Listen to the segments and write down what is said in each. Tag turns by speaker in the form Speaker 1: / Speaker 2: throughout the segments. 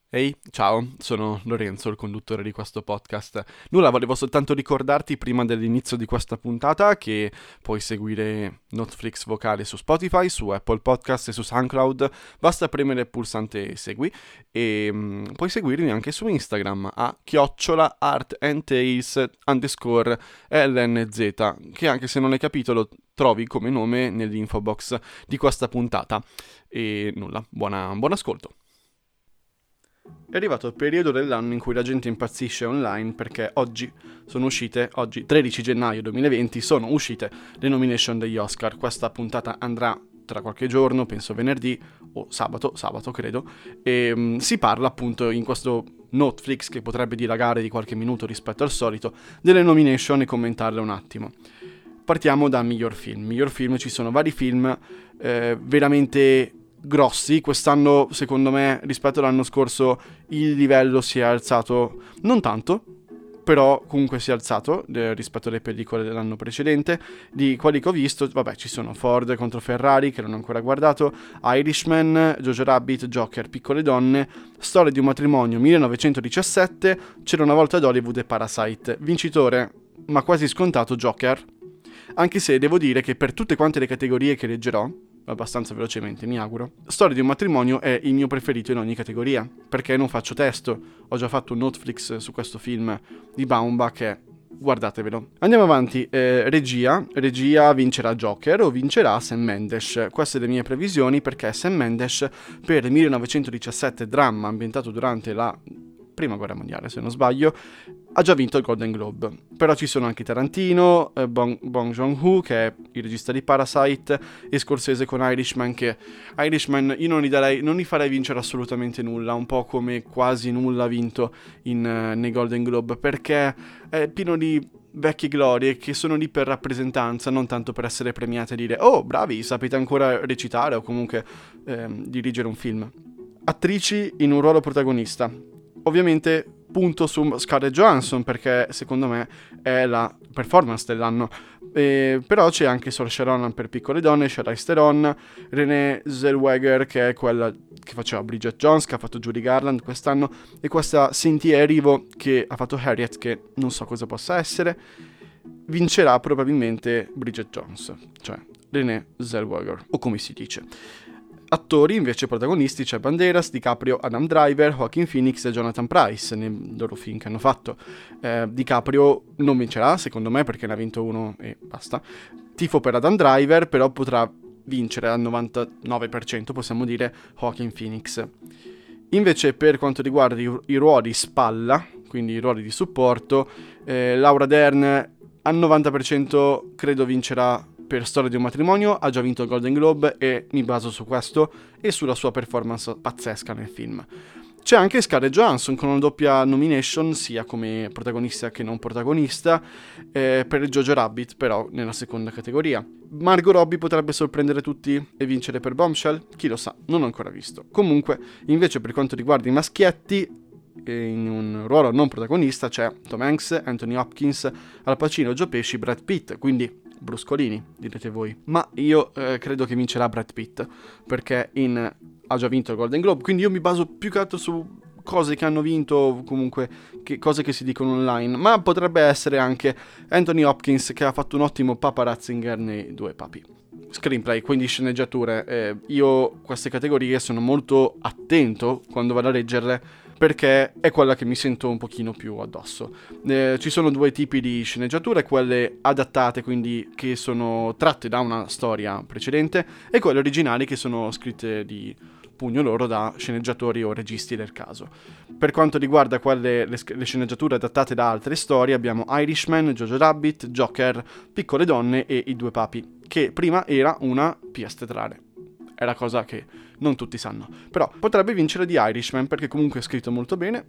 Speaker 1: Ehi, ciao, sono Lorenzo, il conduttore di questo podcast. Nulla, volevo soltanto ricordarti prima dell'inizio di questa puntata che puoi seguire Netflix vocale su Spotify, su Apple Podcast e su SoundCloud. Basta premere il pulsante segui e puoi seguirmi anche su Instagram a @artandtales_LNZ, che anche se non hai capito lo trovi come nome nell'info box di questa puntata. E nulla, buon ascolto. È arrivato il periodo dell'anno in cui la gente impazzisce online perché oggi 13 gennaio 2020, sono uscite le nomination degli Oscar. Questa puntata andrà tra qualche giorno, penso venerdì o sabato credo, e si parla appunto in questo Netflix che potrebbe dilagare di qualche minuto rispetto al solito, delle nomination e commentarle un attimo. Partiamo da miglior film. Miglior film, ci sono vari film veramente grossi. Quest'anno, secondo me, rispetto all'anno scorso, il livello si è alzato non tanto, però comunque si è alzato rispetto alle pellicole dell'anno precedente. Di quelli che ho visto, vabbè, ci sono Ford contro Ferrari, che non ho ancora guardato, Irishman, Jojo Rabbit, Joker, Piccole donne, Storia di un matrimonio 1917, C'era una volta ad Hollywood e Parasite. Vincitore, ma quasi scontato, Joker. Anche se devo dire che per tutte quante le categorie che leggerò, abbastanza velocemente mi auguro, Storia di un matrimonio è il mio preferito in ogni categoria, perché non faccio testo. Ho già fatto un Netflix su questo film di Baumbach e guardatevelo. Andiamo avanti. Regia vincerà Joker o vincerà Sam Mendes. Queste le mie previsioni, perché Sam Mendes per 1917, dramma ambientato durante la Prima Guerra Mondiale, se non sbaglio, ha già vinto il Golden Globe. Però ci sono anche Tarantino, Bong Joon-ho, che è il regista di Parasite, e Scorsese con Irishman, che Irishman io non gli farei vincere assolutamente nulla, un po' come quasi nulla ha vinto nei Golden Globe, perché è pieno di vecchie glorie che sono lì per rappresentanza, non tanto per essere premiate e dire «Oh, bravi, sapete ancora recitare o comunque dirigere un film». Attrici in un ruolo protagonista. Ovviamente punto su Scarlett Johansson, perché secondo me è la performance dell'anno. Però c'è anche Saoirse Ronan per Piccole donne, Charlize Theron, Renée Zellweger, che è quella che faceva Bridget Jones, che ha fatto Judy Garland quest'anno, e questa Cynthia Erivo che ha fatto Harriet, che non so cosa possa essere. Vincerà probabilmente Bridget Jones, cioè Renée Zellweger, o come si dice. Attori invece protagonisti c'è Banderas, DiCaprio, Adam Driver, Joaquin Phoenix e Jonathan Pryce nei loro film che hanno fatto. DiCaprio non vincerà, secondo me, perché ne ha vinto uno e basta. Tifo per Adam Driver, però potrà vincere al 99%, possiamo dire, Joaquin Phoenix. Invece per quanto riguarda i ruoli spalla, quindi i ruoli di supporto, Laura Dern al 90% credo vincerà per Storia di un matrimonio, ha già vinto il Golden Globe e mi baso su questo e sulla sua performance pazzesca nel film. C'è anche Scarlett Johansson con una doppia nomination, sia come protagonista che non protagonista, per Jojo Rabbit, però nella seconda categoria. Margot Robbie potrebbe sorprendere tutti e vincere per Bombshell? Chi lo sa, non ho ancora visto. Comunque, invece per quanto riguarda i maschietti, in un ruolo non protagonista c'è Tom Hanks, Anthony Hopkins, Al Pacino, Joe Pesci, Brad Pitt, quindi bruscolini, direte voi. Ma io credo che vincerà Brad Pitt, perché ha già vinto il Golden Globe, quindi io mi baso più che altro su cose che hanno vinto, comunque cose che si dicono online, ma potrebbe essere anche Anthony Hopkins, che ha fatto un ottimo Papa Ratzinger nei Due Papi. Screenplay, quindi sceneggiature. Io queste categorie sono molto attento quando vado a leggerle, perché è quella che mi sento un pochino più addosso. Ci sono due tipi di sceneggiature, quelle adattate, quindi che sono tratte da una storia precedente, e quelle originali che sono scritte di pugno loro da sceneggiatori o registi del caso. Per quanto riguarda le sceneggiature adattate da altre storie, abbiamo Irishman, Jojo Rabbit, Joker, Piccole donne e I Due Papi, che prima era una pièce teatrale. È la cosa che non tutti sanno. Però potrebbe vincere di Irishman, perché comunque è scritto molto bene,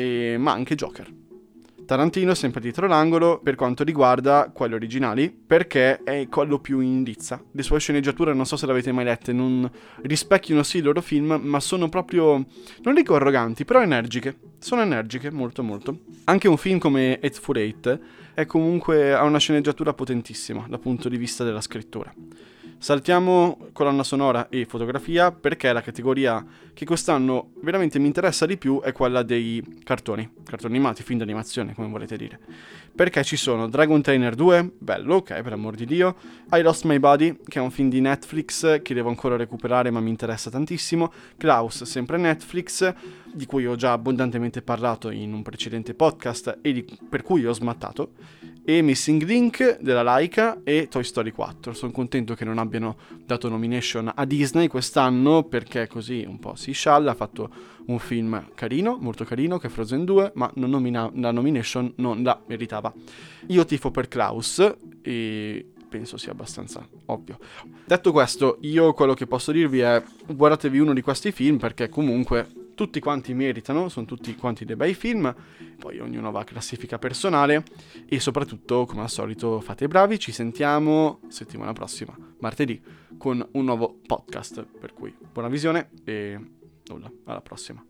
Speaker 1: ma anche Joker. Tarantino sempre dietro l'angolo per quanto riguarda quelli originali, perché è quello più in lizza. Le sue sceneggiature, non so se le avete mai lette, non rispecchiano sì i loro film, ma sono proprio, non dico arroganti, però energiche. Sono energiche, molto molto. Anche un film come Hateful Eight è comunque, ha una sceneggiatura potentissima dal punto di vista della scrittura. Saltiamo colonna sonora e fotografia perché la categoria che quest'anno veramente mi interessa di più è quella dei cartoni animati, film d'animazione, come volete dire. Perché ci sono Dragon Trainer 2, bello, ok, per amor di Dio, I Lost My Body, che è un film di Netflix che devo ancora recuperare ma mi interessa tantissimo, Klaus, sempre Netflix, di cui ho già abbondantemente parlato in un precedente podcast e per cui ho smattato, e Missing Link della Laika e Toy Story 4. Sono contento che non abbiano dato nomination a Disney quest'anno perché così un po' si scialla. Ha fatto un film carino, molto carino, che è Frozen 2, ma la nomination non la meritava. Io tifo per Klaus e penso sia abbastanza ovvio. Detto questo, io quello che posso dirvi è guardatevi uno di questi film perché comunque tutti quanti meritano, sono tutti quanti dei bei film, poi ognuno va a classifica personale e soprattutto, come al solito, fate i bravi, ci sentiamo settimana prossima, martedì, con un nuovo podcast, per cui buona visione e nulla, alla prossima.